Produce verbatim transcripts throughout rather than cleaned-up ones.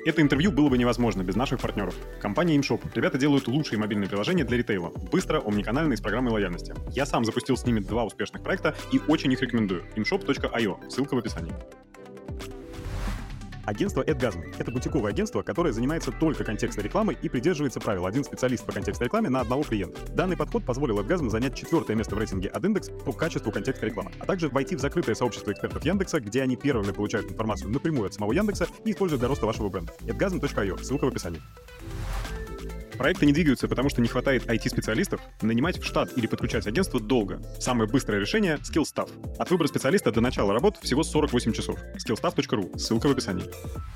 Это интервью было бы невозможно без наших партнеров. Компания ImShop. Ребята делают лучшие мобильные приложения для ритейла. Быстро, омниканально и с программой лояльности. Я сам запустил с ними два успешных проекта и очень их рекомендую. имшоп точка ай о. Ссылка в описании. Агентство AdGasm — это бутиковое агентство, которое занимается только контекстной рекламой и придерживается правил один специалист по контекстной рекламе на одного клиента. Данный подход позволил AdGasm занять четвертое место в рейтинге AdIndex по качеству контекстной рекламы, а также войти в закрытое сообщество экспертов Яндекса, где они первыми получают информацию напрямую от самого Яндекса и используют для роста вашего бренда. эдгазм точка ай о, ссылка в описании. Проекты не двигаются, потому что не хватает ай ти-специалистов. Нанимать в штат или подключать агентство долго. Самое быстрое решение — SkillStaff. От выбора специалиста до начала работ всего сорок восемь часов. скиллстафф точка ру. Ссылка в описании.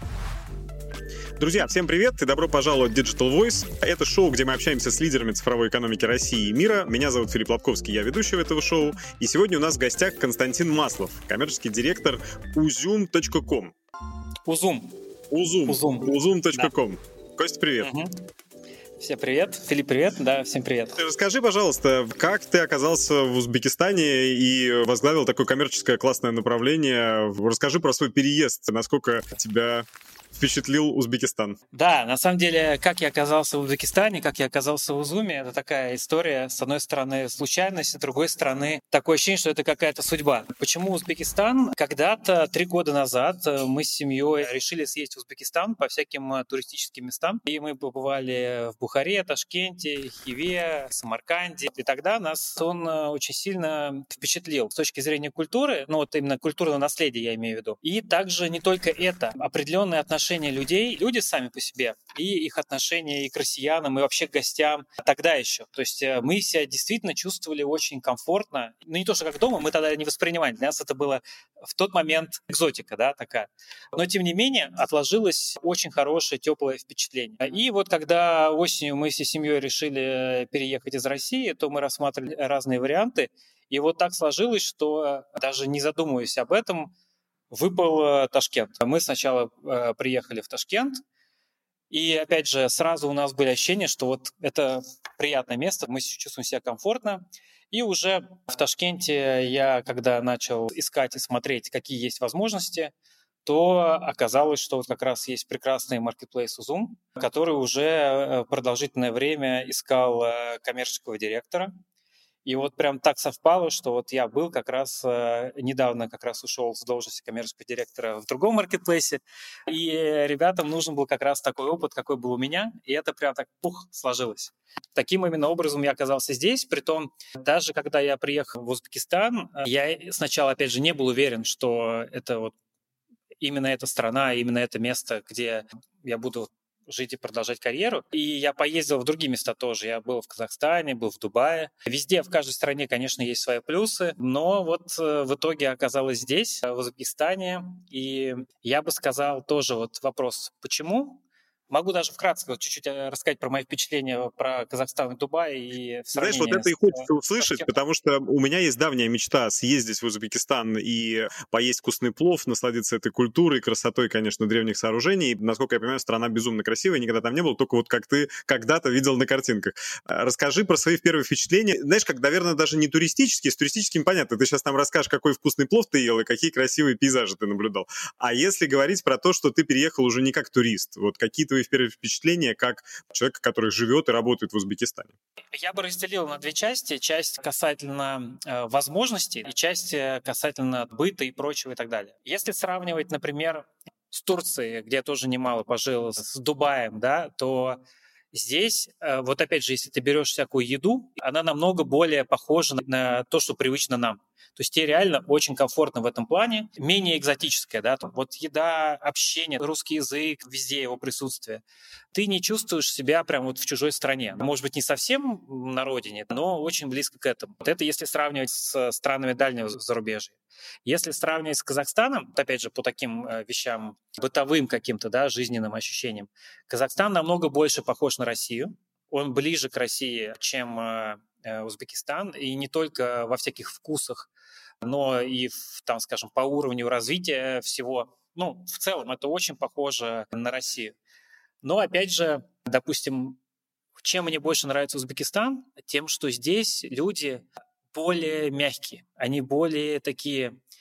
Друзья, всем привет и добро пожаловать в Digital Voice. Это шоу, где мы общаемся с лидерами цифровой экономики России и мира. Меня зовут Филипп Лобковский, я ведущий этого шоу. И сегодня у нас в гостях Константин Маслов, коммерческий директор узум точка ком. Узум. Узум. Узум. узум точка ком. Да. Костя, привет. Угу. Всем привет. Филипп, привет. Да, всем привет. Расскажи, пожалуйста, как ты оказался в Узбекистане и возглавил такое коммерческое классное направление? Расскажи про свой переезд, насколько тебя впечатлил Узбекистан. Да, на самом деле, как я оказался в Узбекистане, как я оказался в Узуме, это такая история, с одной стороны, случайность, с другой стороны, такое ощущение, что это какая-то судьба. Почему Узбекистан? Когда-то, три года назад, мы с семьей решили съездить в Узбекистан по всяким туристическим местам, и мы побывали в Бухаре, Ташкенте, Хиве, Самарканде, и тогда нас он очень сильно впечатлил с точки зрения культуры, ну вот именно культурного наследия я имею в виду, и также не только это, определенные отношения людей, люди сами по себе, и их отношения и к россиянам, и вообще к гостям тогда еще. То есть мы себя действительно чувствовали очень комфортно. Ну, не то, что как дома, мы тогда не воспринимали. Для нас это было в тот момент экзотика, да, такая. Но, тем не менее, отложилось очень хорошее, теплое впечатление. И вот когда осенью мы всей семьей решили переехать из России, то мы рассматривали разные варианты. И вот так сложилось, что даже не задумываясь об этом, выпал Ташкент. Мы сначала э, приехали в Ташкент, и, опять же, сразу у нас были ощущения, что вот это приятное место, мы чувствуем себя комфортно. И уже в Ташкенте я, когда начал искать и смотреть, какие есть возможности, то оказалось, что вот как раз есть прекрасный маркетплейс Узум, который уже продолжительное время искал коммерческого директора. И вот прям так совпало, что вот я был как раз э, недавно как раз ушел с должности коммерческого директора в другом маркетплейсе, и ребятам нужен был как раз такой опыт, какой был у меня, и это прям так пух сложилось. Таким именно образом я оказался здесь, притом даже когда я приехал в Узбекистан, я сначала, опять же, не был уверен, что это вот именно эта страна, именно это место, где я буду жить и продолжать карьеру. И я поездил в другие места тоже. Я был в Казахстане, был в Дубае. Везде, в каждой стране, конечно, есть свои плюсы, но вот в итоге оказалось здесь, в Узбекистане. И я бы сказал тоже вот вопрос, почему? Могу даже вкратце вот чуть-чуть рассказать про мои впечатления про Казахстан и Дубай. И в Знаешь, вот это и хочется услышать, потому что у меня есть давняя мечта съездить в Узбекистан и поесть вкусный плов, насладиться этой культурой, красотой, конечно, древних сооружений. Насколько я понимаю, страна безумно красивая, никогда там не был, только вот как ты когда-то видел на картинках. Расскажи про свои первые впечатления. Знаешь, как, наверное, даже не туристические, с туристическим понятно. Ты сейчас нам расскажешь, какой вкусный плов ты ел и какие красивые пейзажи ты наблюдал. А если говорить про то, что ты переехал уже не как турист, вот какие твои первые впечатления как человека, который живет и работает в Узбекистане? Я бы разделил на две части. Часть касательно э, возможностей и часть касательно быта и прочего и так далее. Если сравнивать, например, с Турцией, где я тоже немало пожил, с Дубаем, да, то здесь, э, вот опять же, если ты берешь всякую еду, она намного более похожа на то, что привычно нам. То есть тебе реально очень комфортно в этом плане, менее экзотическое, да, вот еда, общение, русский язык, везде его присутствие. Ты не чувствуешь себя прям вот в чужой стране. Может быть, не совсем на родине, но очень близко к этому. Вот это если сравнивать с странами дальнего зарубежья. Если сравнивать с Казахстаном, опять же, по таким вещам, бытовым каким-то, да, жизненным ощущениям, Казахстан намного больше похож на Россию. Он ближе к России, чем Узбекистан, и не только во всяких вкусах, но и, там, скажем, по уровню развития всего. Ну, в целом, это очень похоже на Россию. Но, опять же, допустим, чем мне больше нравится Узбекистан, тем, что здесь люди более мягкие, они более такие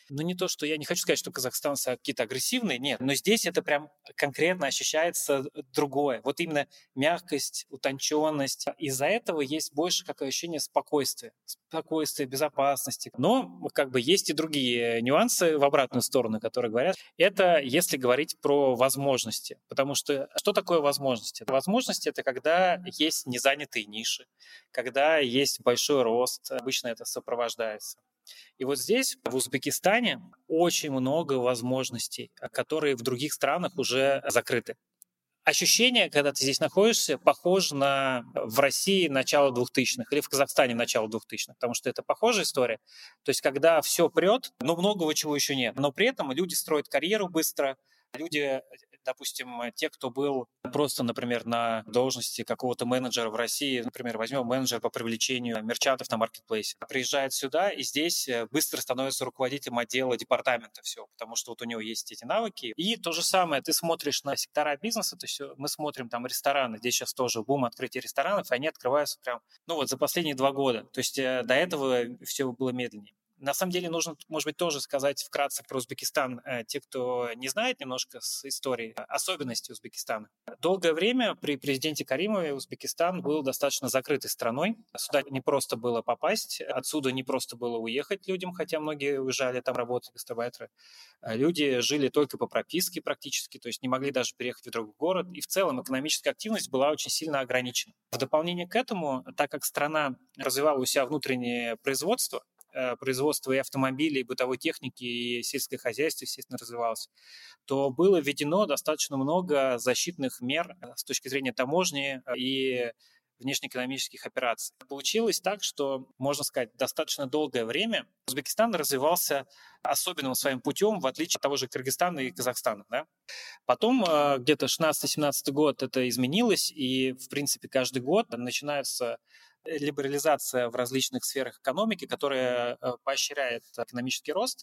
Ну, не то, что я не хочу сказать, что казахстанцы какие-то агрессивные, нет, но здесь это прям конкретно ощущается другое. Вот именно мягкость, утонченность. Из-за этого есть больше как ощущение спокойствия, спокойствия, безопасности. Но как бы есть и другие нюансы в обратную сторону, которые говорят. Это если говорить про возможности. Потому что что такое возможности? Возможности — это когда есть незанятые ниши, когда есть большой рост. Обычно это сопровождается. И вот здесь, в Узбекистане, очень много возможностей, которые в других странах уже закрыты. Ощущение, когда ты здесь находишься, похоже на в России начало двухтысячных или в Казахстане начало двухтысячных, потому что это похожая история. То есть когда все прет, но многого чего еще нет. Но при этом люди строят карьеру быстро, люди, допустим, те, кто был просто, например, на должности какого-то менеджера в России, например, возьмем менеджера по привлечению мерчантов на маркетплейсе, приезжает сюда и здесь быстро становится руководителем отдела, департамента всего, потому что вот у него есть эти навыки. И то же самое, ты смотришь на сектора бизнеса, то есть мы смотрим там рестораны, здесь сейчас тоже бум открытия ресторанов, и они открываются прям, ну вот за последние два года. То есть до этого все было медленнее. На самом деле нужно, может быть, тоже сказать вкратце про Узбекистан. Те, кто не знает немножко с историей, особенностей Узбекистана. Долгое время при президенте Каримове Узбекистан был достаточно закрытой страной. Сюда не просто было попасть, отсюда не просто было уехать людям, хотя многие уезжали, там работали гастарбайтеры. Люди жили только по прописке практически, то есть не могли даже переехать в другой город. И в целом экономическая активность была очень сильно ограничена. В дополнение к этому, так как страна развивала у себя внутреннее производство, производство и автомобилей, и бытовой техники, и сельское хозяйство, естественно, развивалось, то было введено достаточно много защитных мер с точки зрения таможни и внешнеэкономических операций. Получилось так, что, можно сказать, достаточно долгое время Узбекистан развивался особенным своим путем, в отличие от того же Кыргызстана и Казахстана. Да? Потом, где-то шестнадцатый-семнадцатый год это изменилось, и, в принципе, каждый год начинаются либерализация в различных сферах экономики, которая поощряет экономический рост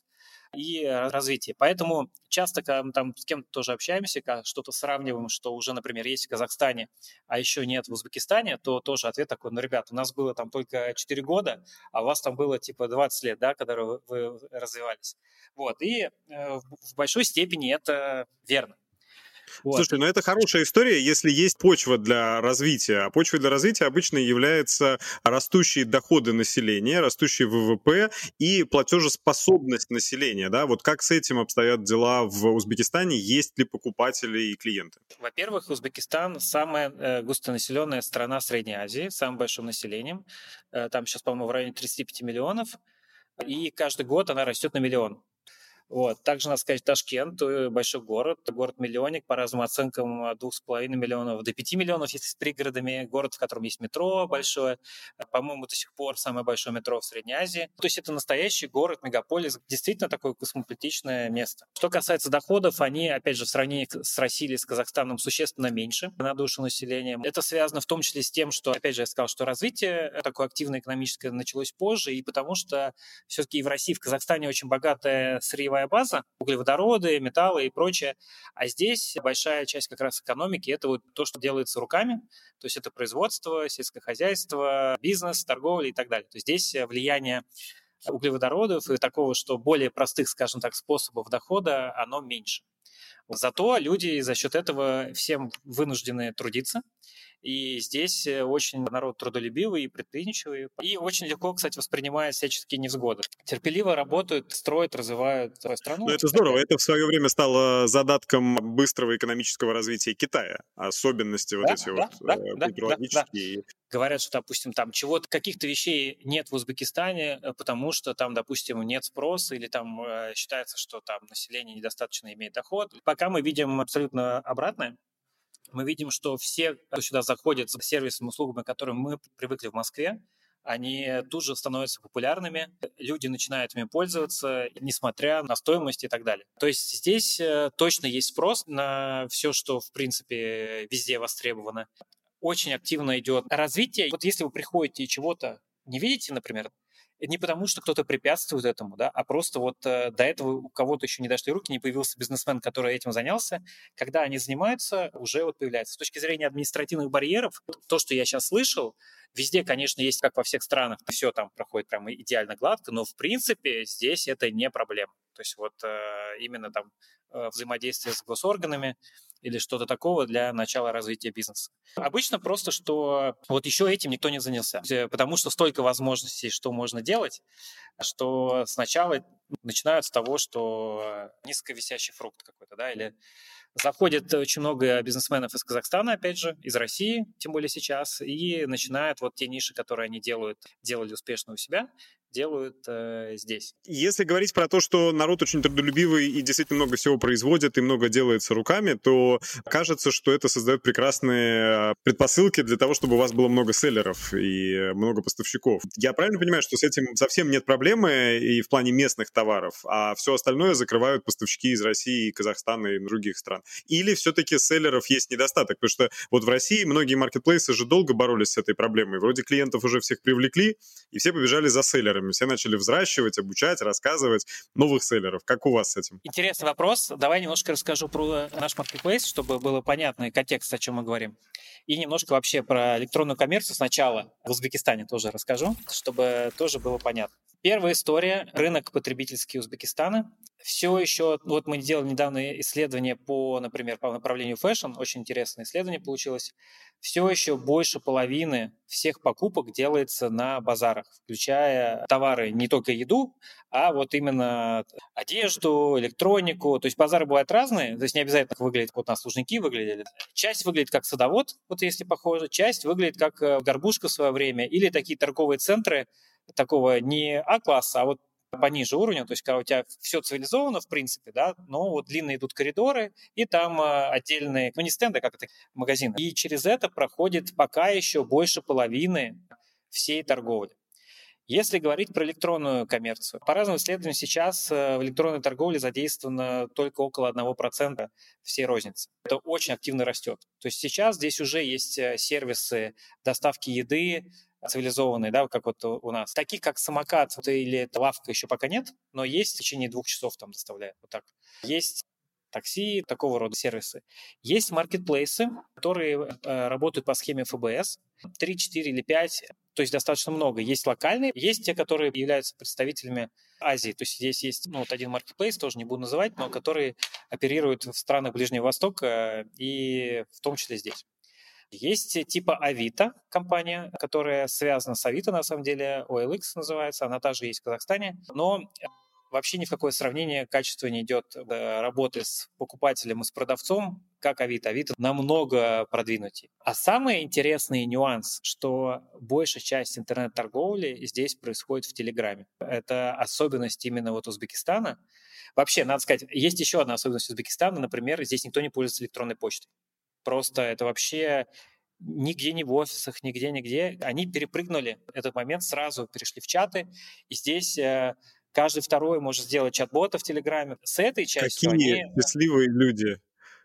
и развитие. Поэтому часто, когда мы там с кем-то тоже общаемся, когда что-то сравниваем, что уже, например, есть в Казахстане, а еще нет в Узбекистане, то тоже ответ такой: ну, ребят, у нас было там только четыре года, а у вас там было типа двадцать лет, да, когда вы, вы развивались. Вот. И э, в большой степени это верно. Вот. Слушай, ну это хорошая история, если есть почва для развития. А почвой для развития обычно являются растущие доходы населения, растущий ВВП и платежеспособность населения. Да? Вот как с этим обстоят дела в Узбекистане? Есть ли покупатели и клиенты? Во-первых, Узбекистан самая густонаселенная страна Средней Азии, с самым большим населением. Там сейчас, по-моему, в районе тридцать пять миллионов. И каждый год она растет на миллион. Вот. Также, надо сказать, Ташкент – большой город, город-миллионник, по разным оценкам от двух с половиной миллионов до пяти миллионов, если с пригородами, город, в котором есть метро большое, по-моему, до сих пор самое большое метро в Средней Азии. То есть это настоящий город, мегаполис, действительно такое космополитичное место. Что касается доходов, они, опять же, в сравнении с Россией или с Казахстаном существенно меньше на душу населения. Это связано в том числе с тем, что, опять же, я сказал, что развитие такое активное экономическое началось позже, и потому что все-таки и в России, и в Казахстане очень богатая сырьевая база, углеводороды, металлы и прочее. А здесь большая часть как раз экономики – это вот то, что делается руками, то есть это производство, сельское хозяйство, бизнес, торговля и так далее. То есть здесь влияние углеводородов и такого, что более простых, скажем так, способов дохода, оно меньше. Зато люди за счет этого всем вынуждены трудиться. И здесь очень народ трудолюбивый и предприимчивый. И очень легко, кстати, воспринимает всяческие невзгоды. Терпеливо работают, строят, развивают свою страну. Ну, это здорово. Это в свое время стало задатком быстрого экономического развития Китая. Особенности вот да, эти да, вот да, культурологические. Да, да. Говорят, что, допустим, там чего-то, каких-то вещей нет в Узбекистане, потому что там, допустим, нет спроса или там считается, что там население недостаточно имеет доход. Пока мы видим абсолютно обратное. Мы видим, что все, кто сюда заходят с сервисами, услугами, к которым мы привыкли в Москве, они тут же становятся популярными, люди начинают ими пользоваться, несмотря на стоимость и так далее. То есть здесь точно есть спрос на все, что, в принципе, везде востребовано. Очень активно идет развитие. Вот если вы приходите и чего-то не видите, например, не потому, что кто-то препятствует этому, да, а просто вот э, до этого у кого-то еще не дошли руки, не появился бизнесмен, который этим занялся. Когда они занимаются, уже вот появляется. С точки зрения административных барьеров, то, что я сейчас слышал, везде, конечно, есть, как во всех странах, все там проходит прямо идеально гладко, но в принципе здесь это не проблема. То есть вот именно там взаимодействие с госорганами или что-то такого для начала развития бизнеса. Обычно просто, что вот еще этим никто не занялся, потому что столько возможностей, что можно делать, что сначала начинают с того, что низковисящий фрукт какой-то, да, или заходит очень много бизнесменов из Казахстана, опять же, из России, тем более сейчас, и начинают вот те ниши, которые они делают, делали успешно у себя, делают э, здесь. Если говорить про то, что народ очень трудолюбивый и действительно много всего производит и много делается руками, то кажется, что это создает прекрасные предпосылки для того, чтобы у вас было много селлеров и много поставщиков. Я правильно понимаю, что с этим совсем нет проблемы и в плане местных товаров, а все остальное закрывают поставщики из России, Казахстана и других стран? Или все-таки селлеров есть недостаток? Потому что вот в России многие маркетплейсы же долго боролись с этой проблемой. Вроде клиентов уже всех привлекли, и все побежали за селлерами. Все начали взращивать, обучать, рассказывать новых селлеров. Как у вас с этим? Интересный вопрос. Давай немножко расскажу про наш маркетплейс, чтобы было понятный контекст, о чем мы говорим. И немножко вообще про электронную коммерцию сначала в Узбекистане тоже расскажу, чтобы тоже было понятно. Первая история. Рынок потребительский Узбекистана. Все еще, вот мы делали недавно исследование по, например, по направлению фэшн, очень интересное исследование получилось. Все еще больше половины всех покупок делается на базарах, включая товары, не только еду, а вот именно одежду, электронику. То есть базары бывают разные, то есть не обязательно выглядит, вот у нас Лужники выглядели. Часть выглядит как садовод, вот если похоже, часть выглядит как Горбушка в свое время, или такие торговые центры такого не А-класса, а вот пониже уровня, то есть когда у тебя все цивилизовано, в принципе, да, но вот длинные идут коридоры, и там э, отдельные, ну не стенды, как это, магазины. И через это проходит пока еще больше половины всей торговли. Если говорить про электронную коммерцию, по разным исследованиям сейчас в электронной торговле задействовано только около одного процента всей розницы. Это очень активно растет. То есть сейчас здесь уже есть сервисы доставки еды, цивилизованные, да, как вот у нас. Таких, как самокат или лавка еще пока нет, но есть в течение двух часов там доставляют. Вот так. Есть такси, такого рода сервисы. Есть маркетплейсы, которые э, работают по схеме эф бэ эс. три, четыре или пять, то есть достаточно много. Есть локальные, есть те, которые являются представителями Азии. То есть здесь есть ну, вот один маркетплейс, тоже не буду называть, но который оперирует в странах Ближнего Востока и в том числе здесь. Есть типа Авито компания, которая связана с Авито, на самом деле, о эл икс называется, она также есть в Казахстане, но вообще ни в какое сравнение качество не идет работы с покупателем и с продавцом, как Авито. Авито намного продвинутее. А самый интересный нюанс, что большая часть интернет-торговли здесь происходит в Телеграме. Это особенность именно вот Узбекистана. Вообще, надо сказать, есть еще одна особенность Узбекистана, например, здесь никто не пользуется электронной почтой. Просто это вообще нигде не в офисах, нигде-нигде. Они перепрыгнули этот момент, сразу перешли в чаты. И здесь э, каждый второй может сделать чат-бота в Телеграме. С этой частью Какие они... счастливые люди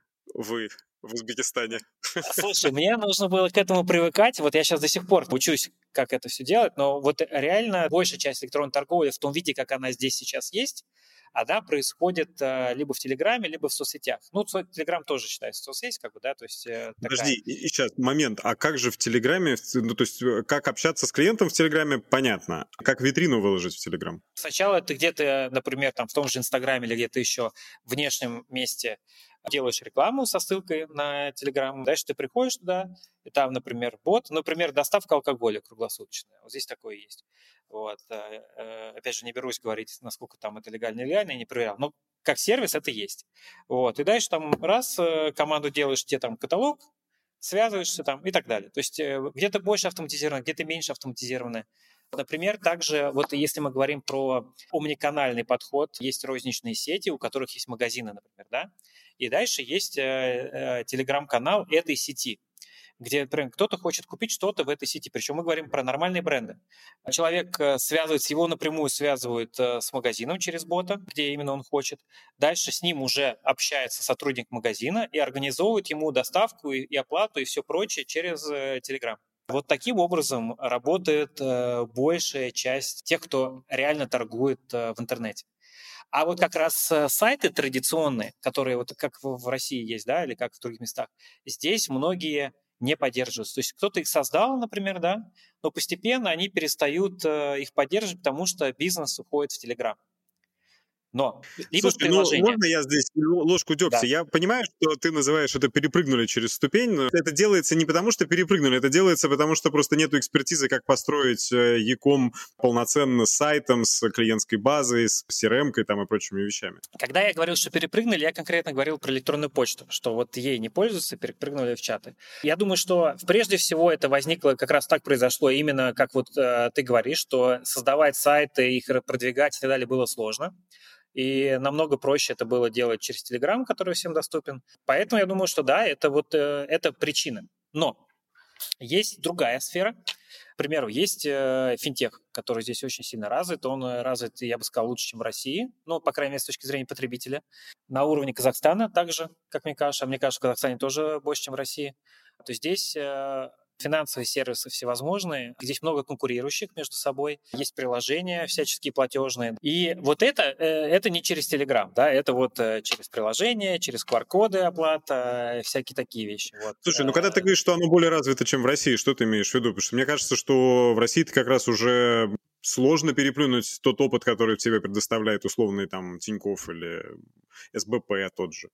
вы в Узбекистане. Слушай, мне нужно было к этому привыкать. Вот я сейчас до сих пор учусь, как это все делать. Но вот реально большая часть электронной торговли в том виде, как она здесь сейчас есть, она происходит э, либо в Телеграме, либо в соцсетях. Ну, Телеграм тоже считается соцсеть, как бы, да, то есть э, Подожди, такая... и сейчас, момент, а как же в Телеграме, ну, то есть как общаться с клиентом в Телеграме, понятно, а как витрину выложить в Телеграм? Сначала ты где-то, например, там в том же Инстаграме или где-то еще в внешнем месте делаешь рекламу со ссылкой на Телеграм, дальше ты приходишь туда, и там, например, бот, например, доставка алкоголя круглосуточная, вот здесь такое есть. Вот. Опять же, не берусь говорить, насколько там это легально или нелегально, я не проверял, но как сервис это есть. Вот. И дальше там раз команду делаешь, где там каталог, связываешься там и так далее. То есть где-то больше автоматизировано, где-то меньше автоматизировано. Например, также, вот если мы говорим про омниканальный подход, есть розничные сети, у которых есть магазины, например, да, и дальше есть э, э, телеграм-канал этой сети, где, например, кто-то хочет купить что-то в этой сети, причем мы говорим про нормальные бренды. Человек связывается, его напрямую связывают с магазином через бота, где именно он хочет. Дальше с ним уже общается сотрудник магазина и организовывает ему доставку и оплату и все прочее через Telegram. Вот таким образом работает большая часть тех, кто реально торгует в интернете. А вот как раз сайты традиционные, которые вот как в России есть, да, или как в других местах, здесь многие не поддерживаются. То есть кто-то их создал, например, да, но постепенно они перестают их поддерживать, потому что бизнес уходит в Telegram. Но либо в Слушай, ну приложение. можно я здесь ложку дегтя? Да. Я понимаю, что ты называешь это перепрыгнули через ступень, но это делается не потому, что перепрыгнули, это делается потому, что просто нету экспертизы, как построить e-com полноценно с сайтом, с клиентской базой, с си эр эм-кой там и прочими вещами. Когда я говорил, что перепрыгнули, я конкретно говорил про электронную почту, что вот ей не пользуются, перепрыгнули в чаты. Я думаю, что прежде всего это возникло, как раз так произошло, именно как вот э, ты говоришь, что создавать сайты, их продвигать и так далее было сложно. И намного проще это было делать через Telegram, который всем доступен. Поэтому я думаю, что да, это вот э, это причина. Но есть другая сфера. К примеру, есть э, финтех, который здесь очень сильно развит. Он развит, я бы сказал, лучше, чем в России. Ну, по крайней мере, с точки зрения потребителя. На уровне Казахстана также, как мне кажется. А мне кажется, в Казахстане тоже больше, чем в России. То есть здесь э, финансовые сервисы всевозможные. Здесь много конкурирующих между собой. Есть приложения всяческие платежные. И вот это, э, это не через Telegram, да, это вот э, через приложения, через ку ар-коды оплата, э, всякие такие вещи. Вот. Слушай, ну когда ты говоришь, что оно более развито, чем в России, что ты имеешь в виду? Потому что мне кажется, что в России ты как раз уже сложно переплюнуть тот опыт, который тебе предоставляет условный там Тинькофф или эс бэ пэ тот же.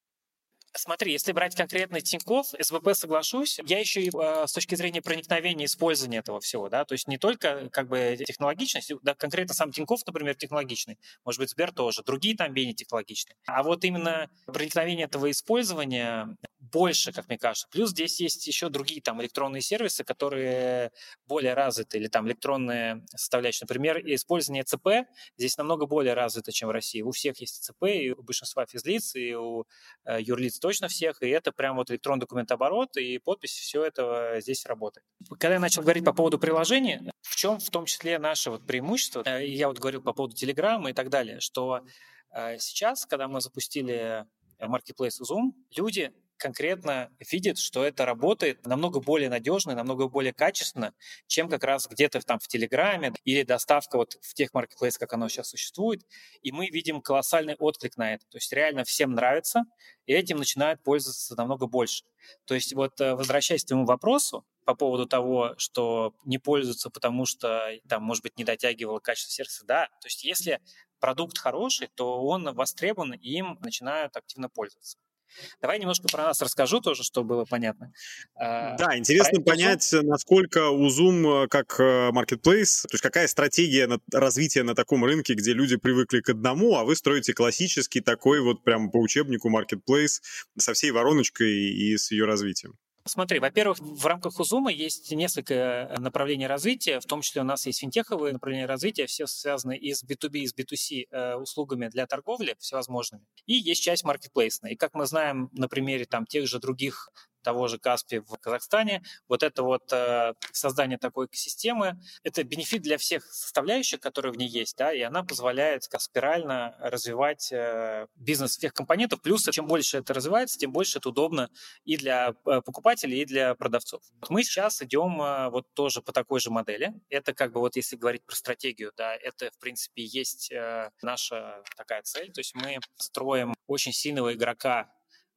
Смотри, если брать конкретно Тинькофф, эс вэ пэ соглашусь, я еще и э, с точки зрения проникновения и использования этого всего, да, то есть не только как бы технологичность, да, конкретно сам Тинькофф, например, технологичный, может быть, Сбер тоже, другие там менее технологичные, а вот именно проникновение этого использования больше, как мне кажется. Плюс здесь есть еще другие там электронные сервисы, которые более развиты, или там электронные составляющие. Например, использование цэ пэ здесь намного более развито, чем в России. У всех есть цэ пэ, и у большинства физлиц, и у э, юрлиц точно всех, и это прям вот электронный документооборот, и подпись, все это здесь работает. Когда я начал говорить по поводу приложения, в чем в том числе наше вот преимущество, э, я вот говорил по поводу Telegram и так далее, что э, сейчас, когда мы запустили Marketplace Zoom, люди конкретно видит, что это работает намного более надежно, намного более качественно, чем как раз где-то там в Телеграме или доставка вот в тех маркетплейсах, как оно сейчас существует. И мы видим колоссальный отклик на это. То есть реально всем нравится, и этим начинают пользоваться намного больше. То есть вот возвращаясь к твоему вопросу по поводу того, что не пользуются, потому что там, может быть, не дотягивало качество сервиса, да. То есть если продукт хороший, то он востребован, и им начинают активно пользоваться. Давай немножко про нас расскажу тоже, чтобы было понятно. Да, интересно понять, Zoom, насколько у Zoom как marketplace, то есть какая стратегия на, развития на таком рынке, где люди привыкли к одному, а вы строите классический такой вот прям по учебнику marketplace со всей вороночкой и с ее развитием. Смотри, во-первых, в рамках Узума есть несколько направлений развития, в том числе у нас есть финтеховые направления развития, все связаны и с би ту би, и с би ту си э, услугами для торговли всевозможными. И есть часть маркетплейсная. И как мы знаем на примере там, тех же других того же Каспи в Казахстане, вот это вот э, создание такой экосистемы, это бенефит для всех составляющих, которые в ней есть, да, и она позволяет как, спирально развивать э, бизнес всех компонентов, плюс чем больше это развивается, тем больше это удобно и для э, покупателей, и для продавцов. Мы сейчас идем э, вот тоже по такой же модели, это как бы вот если говорить про стратегию, да, это в принципе есть э, наша такая цель, то есть мы строим очень сильного игрока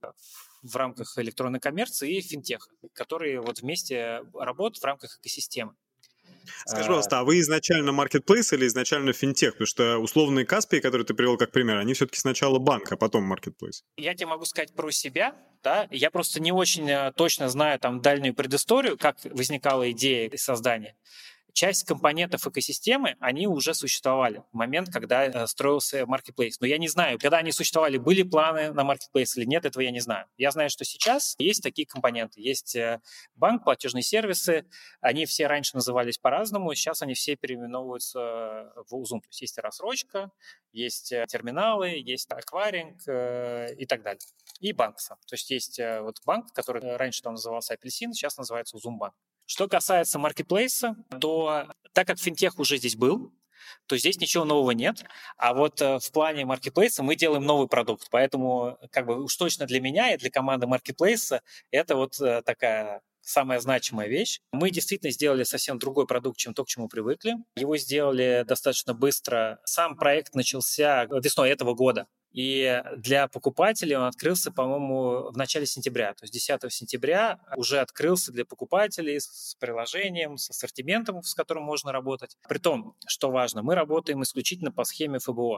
в рамках электронной коммерции и финтеха, которые вот вместе работают в рамках экосистемы. Скажи, пожалуйста, а вы изначально marketplace или изначально финтех? Потому что условные Каспии, которые ты привел как пример, они все-таки сначала банк, а потом marketplace. Я тебе могу сказать про себя, да, я просто не очень точно знаю там дальнюю предысторию, как возникала идея создания. Часть компонентов экосистемы, они уже существовали в момент, когда э, строился Marketplace. Но я не знаю, когда они существовали, были планы на Marketplace или нет, этого я не знаю. Я знаю, что сейчас есть такие компоненты. Есть э, банк, платежные сервисы, они все раньше назывались по-разному, сейчас они все переименовываются в Zoom. То есть есть рассрочка, есть э, терминалы, есть акваринг э, и так далее. И банк сам. То есть есть э, вот банк, который раньше там назывался Апельсин, сейчас называется Zoom банк. Что касается маркетплейса, то так как финтех уже здесь был, то здесь ничего нового нет. А вот в плане маркетплейса мы делаем новый продукт. Поэтому как бы уж точно для меня и для команды маркетплейса это вот такая самая значимая вещь. Мы действительно сделали совсем другой продукт, чем то, к чему привыкли. Его сделали достаточно быстро. Сам проект начался весной этого года. И для покупателей он открылся, по-моему, в начале сентября. То есть десятого сентября уже открылся для покупателей с приложением, с ассортиментом, с которым можно работать. Притом, что важно, мы работаем исключительно по схеме эф бэ о.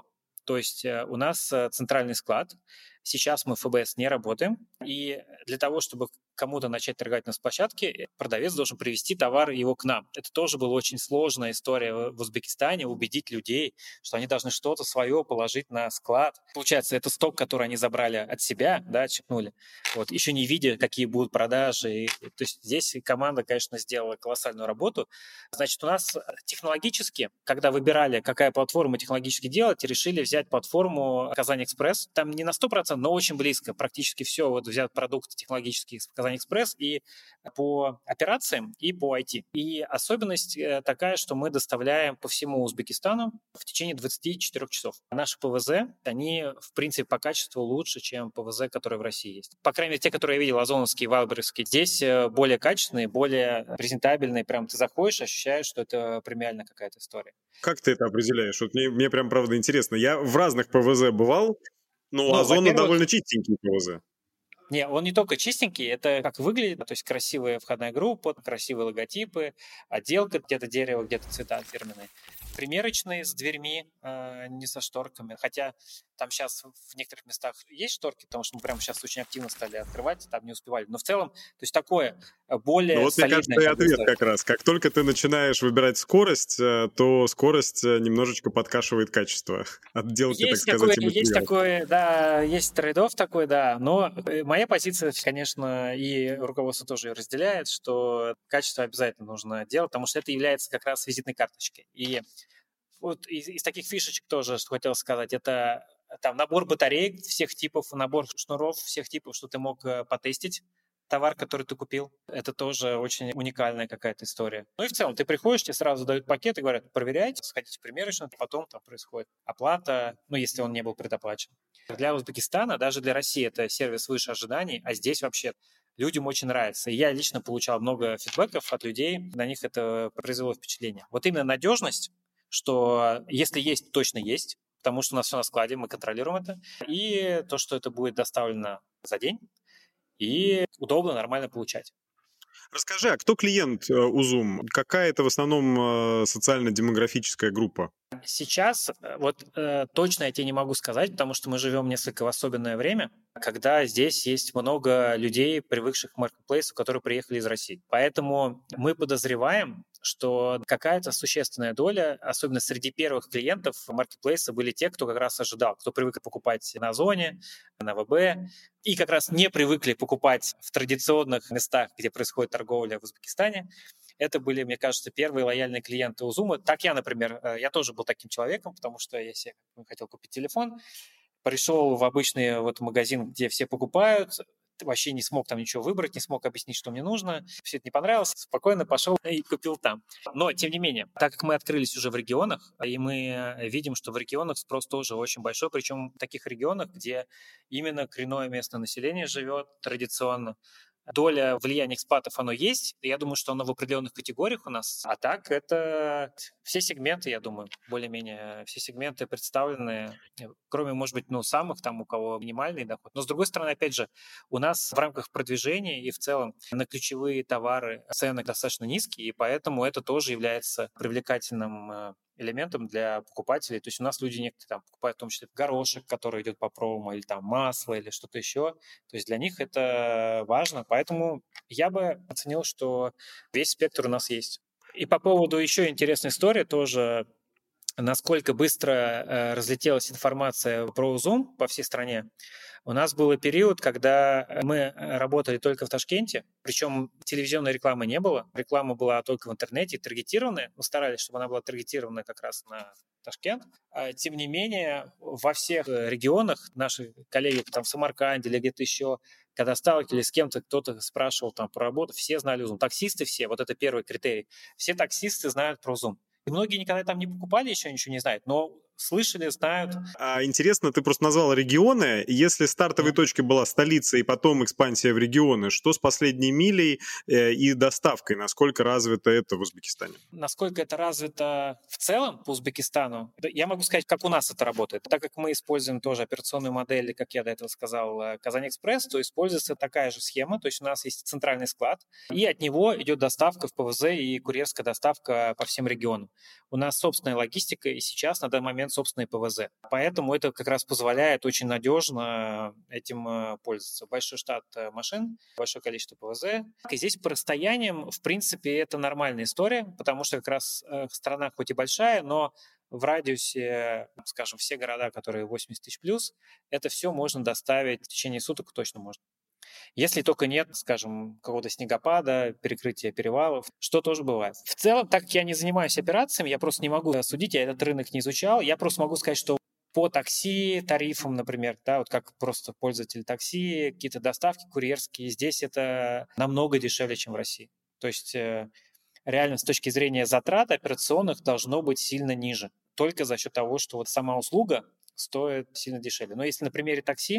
То есть у нас центральный склад. Сейчас мы в эф бэ эс не работаем, и для того, чтобы кому-то начать торговать на площадке, продавец должен привезти товар его к нам. Это тоже была очень сложная история в Узбекистане, убедить людей, что они должны что-то свое положить на склад. Получается, это сток, который они забрали от себя, да, чекнули, вот, еще не видя, какие будут продажи. И, то есть здесь команда, конечно, сделала колоссальную работу. Значит, у нас технологически, когда выбирали, какая платформа технологически делать, решили взять платформу Казань Экспресс. Там не на сто процентов, но очень близко. Практически все вот взят продукты технологические из Казань Экспресс и по операциям, и по ай ти. И особенность такая, что мы доставляем по всему Узбекистану в течение двадцати четырёх часов. Наши пэ вэ зэ, они, в принципе, по качеству лучше, чем пэ вэ зэ, которые в России есть. По крайней мере, те, которые я видел, озоновские, вайлберговские, здесь более качественные, более презентабельные. Прям ты заходишь, ощущаешь, что это премиальная какая-то история. Как ты это определяешь? Вот мне, мне прям правда интересно. Я в разных пэ вэ зэ бывал, но ну, Озона довольно чистенький пэ вэ зэ. Не, он не только чистенький, это как выглядит, то есть красивая входная группа, красивые логотипы, отделка, где-то дерево, где-то цвета фирменные. Примерочные с дверьми, э, не со шторками, хотя там сейчас в некоторых местах есть шторки, потому что мы прямо сейчас очень активно стали открывать, там не успевали. Но в целом, то есть такое более ну, вот солидное... мне кажется, и ответ как раз. Как только ты начинаешь выбирать скорость, то скорость немножечко подкашивает качество отделки, есть так такое, сказать, и материала. Есть такое, да, есть трейд-офф такой, да, но моя позиция, конечно, и руководство тоже ее разделяет, что качество обязательно нужно делать, потому что это является как раз визитной карточкой. И вот из, из таких фишечек тоже, что хотел сказать, это там набор батареек всех типов, набор шнуров всех типов, что ты мог потестить товар, который ты купил. Это тоже очень уникальная какая-то история. Ну и в целом, ты приходишь, тебе сразу дают пакет и говорят, проверяйте, сходите примерочно, потом там происходит оплата, ну если он не был предоплачен. Для Узбекистана, даже для России это сервис выше ожиданий, а здесь вообще людям очень нравится. И я лично получал много фидбэков от людей, на них это произвело впечатление. Вот именно надежность, что если есть, точно есть, потому что у нас все на складе, мы контролируем это, и то, что это будет доставлено за день, и удобно, нормально получать. Расскажи, а кто клиент у Zoom? Какая это в основном социально-демографическая группа? Сейчас вот э, точно я тебе не могу сказать, потому что мы живем несколько в особенное время, когда здесь есть много людей, привыкших к маркетплейсу, которые приехали из России. Поэтому мы подозреваем, что какая-то существенная доля, особенно среди первых клиентов маркетплейса, были те, кто как раз ожидал, кто привык покупать на Озоне, на вэ бэ, и как раз не привыкли покупать в традиционных местах, где происходит торговля в Узбекистане. Это были, мне кажется, первые лояльные клиенты у Zoom. Так я, например, я тоже был таким человеком, потому что я себе хотел купить телефон, пришел в обычный вот магазин, где все покупают, вообще не смог там ничего выбрать, не смог объяснить, что мне нужно. Все это не понравилось, спокойно пошел и купил там. Но, тем не менее, так как мы открылись уже в регионах, и мы видим, что в регионах спрос тоже очень большой, причем в таких регионах, где именно коренное местное население живет традиционно, доля влияния экспатов, оно есть. Я думаю, что оно в определенных категориях у нас. А так это все сегменты, я думаю, более-менее все сегменты представлены, кроме, может быть, ну, самых, там, у кого минимальный доход. Но, с другой стороны, опять же, у нас в рамках продвижения и в целом на ключевые товары цены достаточно низкие, и поэтому это тоже является привлекательным элементом для покупателей. То есть у нас люди некоторые там покупают в том числе горошек, который идет по промо, или там масло, или что-то еще. То есть для них это важно. Поэтому я бы оценил, что весь спектр у нас есть. И по поводу еще интересной истории тоже, насколько быстро э, разлетелась информация про Zoom по всей стране. У нас был период, когда мы работали только в Ташкенте, причем телевизионной рекламы не было, реклама была только в интернете, таргетированная, мы старались, чтобы она была таргетирована как раз на Ташкент. Тем не менее, во всех регионах наши коллеги там в Самарканде или где-то еще, когда сталкивались с кем-то, кто-то спрашивал там про работу, все знали Zoom. Таксисты все, вот это первый критерий, все таксисты знают про Zoom. И многие никогда там не покупали, еще ничего не знают, но слышали, знают. А интересно, ты просто назвал регионы. Если стартовой mm. точкой была столица и потом экспансия в регионы, что с последней милей э, и доставкой? Насколько развито это в Узбекистане? Насколько это развито в целом по Узбекистану? Я могу сказать, как у нас это работает. Так как мы используем тоже операционную модель, как я до этого сказал, Казань Экспресс, то используется такая же схема. То есть у нас есть центральный склад, и от него идет доставка в пэ вэ зэ и курьерская доставка по всем регионам. У нас собственная логистика, и сейчас на данный момент момент собственной ПВЗ. Поэтому это как раз позволяет очень надежно этим пользоваться. Большой штат машин, большое количество ПВЗ. И здесь по расстояниям, в принципе, это нормальная история, потому что как раз страна хоть и большая, но в радиусе, скажем, все города, которые восемьдесят тысяч плюс, это все можно доставить в течение суток точно можно. Если только нет, скажем, какого-то снегопада, перекрытия перевалов, что тоже бывает. В целом, так как я не занимаюсь операциями, я просто не могу судить, я этот рынок не изучал, я просто могу сказать, что по такси, тарифам, например, да, вот как просто пользователь такси, какие-то доставки курьерские, здесь это намного дешевле, чем в России. То есть реально с точки зрения затрат операционных должно быть сильно ниже, только за счет того, что вот сама услуга стоит сильно дешевле. Но если на примере такси,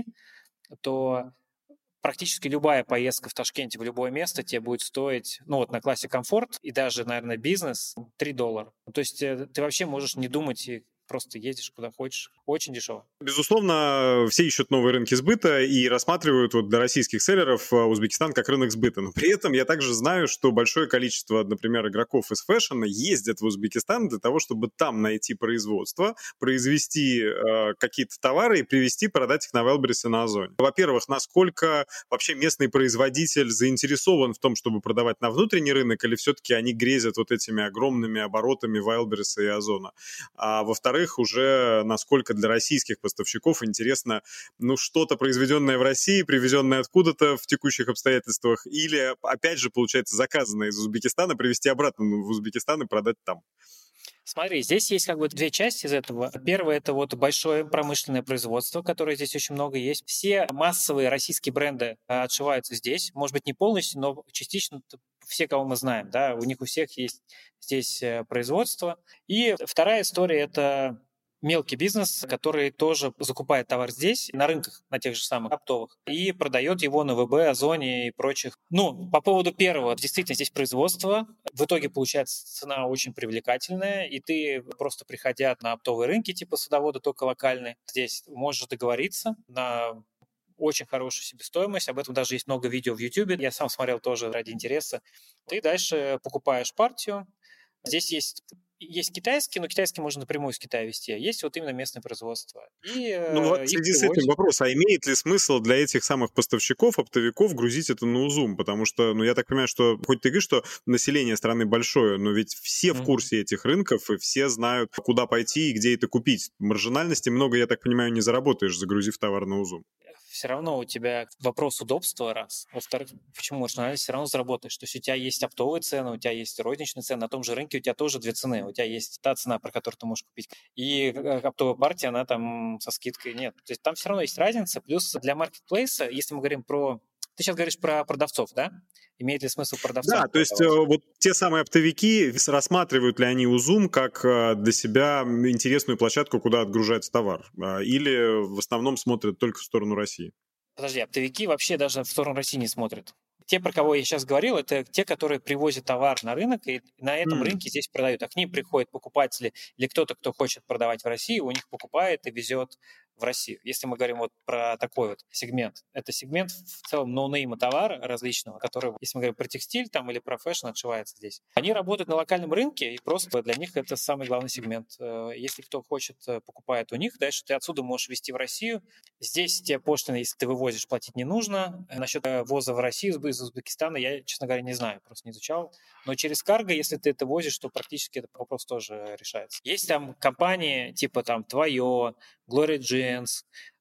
то практически любая поездка в Ташкенте в любое место тебе будет стоить, ну вот на классе комфорт и даже, наверное, бизнес три доллара. То есть ты вообще можешь не думать и просто ездишь куда хочешь. Очень дешево. Безусловно, все ищут новые рынки сбыта и рассматривают вот для российских селлеров Узбекистан как рынок сбыта. Но при этом я также знаю, что большое количество, например, игроков из фэшна ездят в Узбекистан для того, чтобы там найти производство, произвести э, какие-то товары и привезти, продать их на Wildberries и на Озоне. Во-первых, насколько вообще местный производитель заинтересован в том, чтобы продавать на внутренний рынок, или все-таки они грезят вот этими огромными оборотами Wildberries и Озона? А во-вторых, уже насколько для российских поставщиков интересно, ну, что-то произведенное в России, привезенное откуда-то в текущих обстоятельствах, или, опять же, получается, заказанное из Узбекистана, привезти обратно в Узбекистан и продать там. Смотри, здесь есть как бы две части из этого. Первое – это вот большое промышленное производство, которое здесь очень много есть. Все массовые российские бренды отшиваются здесь. Может быть, не полностью, но частично все, кого мы знаем, да, у них у всех есть здесь производство. И вторая история – это мелкий бизнес, который тоже закупает товар здесь, на рынках, на тех же самых оптовых, и продает его на вэ бэ, Озоне и прочих. Ну, по поводу первого, действительно, здесь производство. В итоге получается цена очень привлекательная, и ты просто приходя на оптовые рынки, типа садовода, только локальные, здесь можешь договориться на очень хорошую себестоимость. Об этом даже есть много видео в YouTube. Я сам смотрел тоже ради интереса. Ты дальше покупаешь партию. Здесь есть Есть китайский, но китайский можно напрямую из Китая везти. А есть вот именно местное производство. И ну, вот в связи с этим вопрос, а имеет ли смысл для этих самых поставщиков, оптовиков грузить это на Узум? Потому что, ну, я так понимаю, что, хоть ты говоришь, что население страны большое, но ведь все в курсе этих рынков, и все знают, куда пойти и где это купить. Маржинальности много, я так понимаю, не заработаешь, загрузив товар на Узум. Все равно у тебя вопрос удобства, раз. Во-вторых, почему маржинальность все равно заработаешь? То есть у тебя есть оптовые цены, у тебя есть розничные цены, на том же рынке у тебя тоже две цены. У тебя есть та цена, про которую ты можешь купить, и оптовая партия, она там со скидкой нет. То есть там все равно есть разница. Плюс для маркетплейса, если мы говорим про... Ты сейчас говоришь про продавцов, да? Имеет ли смысл продавцам? Да, то есть вот те самые оптовики, рассматривают ли они Узум как для себя интересную площадку, куда отгружается товар? Или в основном смотрят только в сторону России? Подожди, оптовики вообще даже в сторону России не смотрят. Те, про кого я сейчас говорил, это те, которые привозят товар на рынок и на этом mm. рынке здесь продают. А к ним приходят покупатели или кто-то, кто хочет продавать в России, у них покупает и везет в Россию. Если мы говорим вот про такой вот сегмент, это сегмент в целом ноунейма товара различного, который, если мы говорим про текстиль там, или про фэшн, отшивается здесь. Они работают на локальном рынке, и просто для них это самый главный сегмент. Если кто хочет, покупает у них, дальше ты отсюда можешь везти в Россию. Здесь тебе пошлины, если ты вывозишь, платить не нужно. Насчет ввоза в Россию из Узбекистана я, честно говоря, не знаю, просто не изучал. Но через карго, если ты это возишь, то практически этот вопрос тоже решается. Есть там компании типа там Твое, Glory Jeans,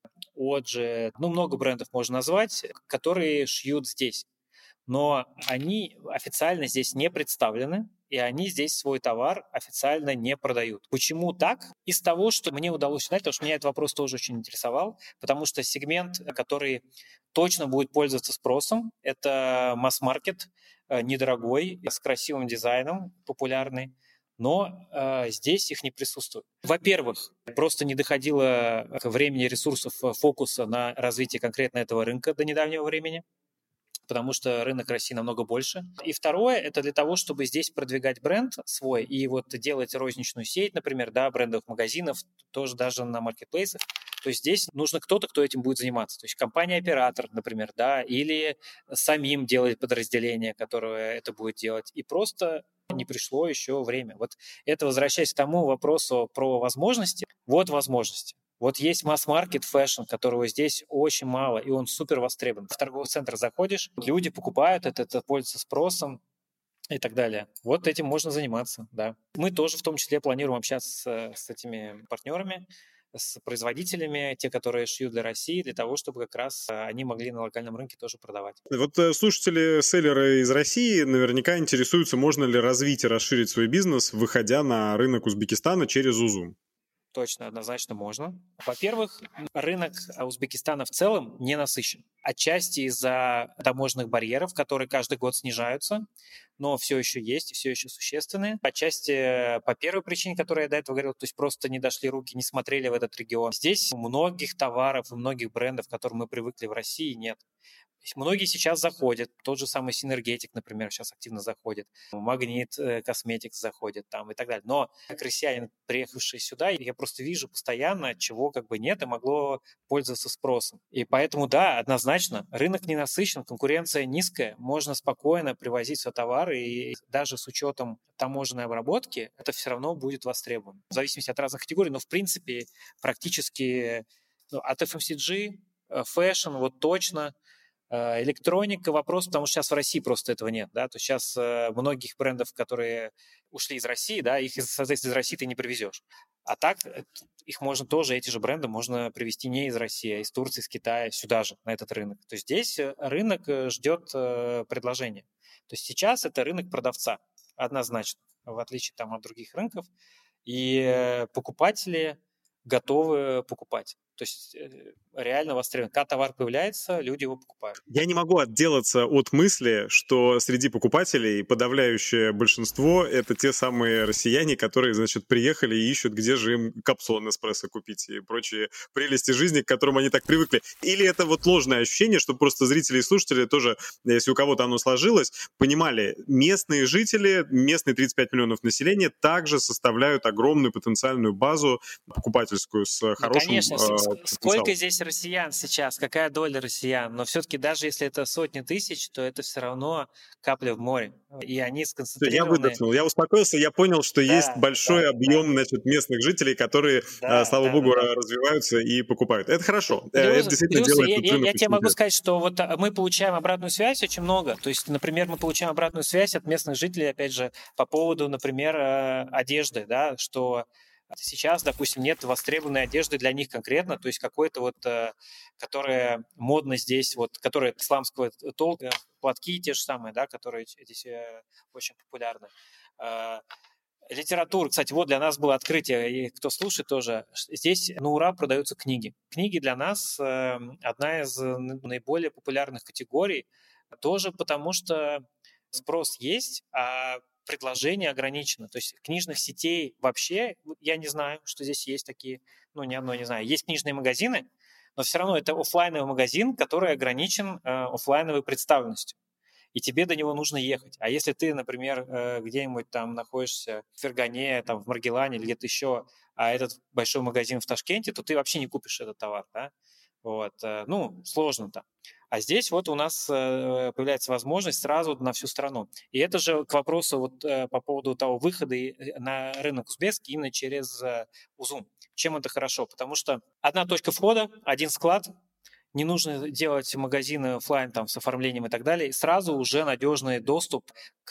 Оджи, ну, много брендов можно назвать, которые шьют здесь. Но они официально здесь не представлены, и они здесь свой товар официально не продают. Почему так? Из того, что мне удалось узнать, потому что меня этот вопрос тоже очень интересовал, потому что сегмент, который точно будет пользоваться спросом, это масс-маркет, недорогой, с красивым дизайном, популярный. Но э, здесь их не присутствует. Во-первых, просто не доходило к времени ресурсов фокуса на развитие конкретно этого рынка до недавнего времени, потому что рынок России намного больше. И второе, это для того, чтобы здесь продвигать бренд свой и вот делать розничную сеть, например, да, брендовых магазинов, тоже даже на маркетплейсах. То есть здесь нужно кто-то, кто этим будет заниматься. То есть компания-оператор, например, да, или самим делать подразделение, которое это будет делать. И просто не пришло еще время. Вот это, возвращаясь к тому вопросу про возможности, вот возможности. Вот есть масс-маркет фэшн, которого здесь очень мало, и он супер востребован. В торговый центр заходишь, люди покупают это, это пользуется спросом и так далее. Вот этим можно заниматься, да. Мы тоже в том числе планируем общаться с, с этими партнерами, с производителями, те, которые шьют для России, для того, чтобы как раз они могли на локальном рынке тоже продавать. Вот слушатели, селлеры из России наверняка интересуются, можно ли развить и расширить свой бизнес, выходя на рынок Узбекистана через Узум. Точно, однозначно можно. Во-первых, рынок Узбекистана в целом не насыщен. Отчасти из-за таможенных барьеров, которые каждый год снижаются, но все еще есть, все еще существенные. Отчасти по первой причине, которую я до этого говорил, то есть просто не дошли руки, не смотрели в этот регион. Здесь многих товаров и многих брендов, к которым мы привыкли в России, нет. Многие сейчас заходят, тот же самый Синергетик, например, сейчас активно заходит, Магнит Косметикс заходит там и так далее. Но как россиянин, приехавший сюда, я просто вижу постоянно, чего как бы нет и могло пользоваться спросом. И поэтому, да, однозначно, рынок не насыщен, конкуренция низкая, можно спокойно привозить свой товар, и даже с учетом таможенной обработки это все равно будет востребовано. В зависимости от разных категорий, но в принципе практически ну, от эф эм си джи, фэшн, вот точно, электроника вопрос, потому что сейчас в России просто этого нет, да, то есть сейчас э, многих брендов, которые ушли из России, да, их, соответственно, из России ты не привезешь. А так их можно тоже, эти же бренды можно привезти не из России, а из Турции, из Китая, сюда же, на этот рынок. То есть здесь рынок ждет э, предложения. То есть сейчас это рынок продавца, однозначно, в отличие там от других рынков, и э, покупатели готовы покупать. То есть реально востребован. Когда товар появляется, люди его покупают. Я не могу отделаться от мысли, что среди покупателей подавляющее большинство — это те самые россияне, которые, значит, приехали и ищут, где же им капсон эспрессо купить и прочие прелести жизни, к которым они так привыкли. Или это вот ложное ощущение, что просто зрители и слушатели тоже, если у кого-то оно сложилось, понимали, местные жители, местные тридцать пять миллионов населения также составляют огромную потенциальную базу покупательскую с хорошим... Ну, конечно, сколько здесь россиян сейчас, какая доля россиян, но все-таки даже если это сотни тысяч, то это все равно капля в море, и они сконцентрированы... Я выдохнул, я успокоился, я понял, что да, есть большой да, объем да. Значит, местных жителей, которые, да, слава да, богу, да, развиваются и покупают. Это хорошо, плюс, это действительно плюс, делает... Я, я, я тебе могу сказать, что вот мы получаем обратную связь очень много, то есть, например, мы получаем обратную связь от местных жителей, опять же, по поводу, например, одежды, да, что... Сейчас, допустим, нет востребованной одежды для них конкретно, то есть какой-то вот, которая модно здесь, вот, которая исламского толка, платки те же самые, да, которые здесь очень популярны. Литература, кстати, вот для нас было открытие, и кто слушает тоже, здесь на ура продаются книги. Книги для нас одна из наиболее популярных категорий, тоже потому что спрос есть, а предложение ограничено. То есть книжных сетей вообще, я не знаю, что здесь есть такие, ну, ни одной не знаю. Есть книжные магазины, но все равно это офлайновый магазин, который ограничен э, офлайновой представленностью. И тебе до него нужно ехать. А если ты, например, э, где-нибудь там находишься в Фергане, там, в Маргилане или где-то еще, а этот большой магазин в Ташкенте, то ты вообще не купишь этот товар, да? Вот, э, ну, сложно там. А здесь вот у нас появляется возможность сразу на всю страну. И это же к вопросу вот по поводу того выхода на рынок узбекский именно через Узум. Чем это хорошо? Потому что одна точка входа, один склад, не нужно делать магазины офлайн там, с оформлением и так далее, и сразу уже надежный доступ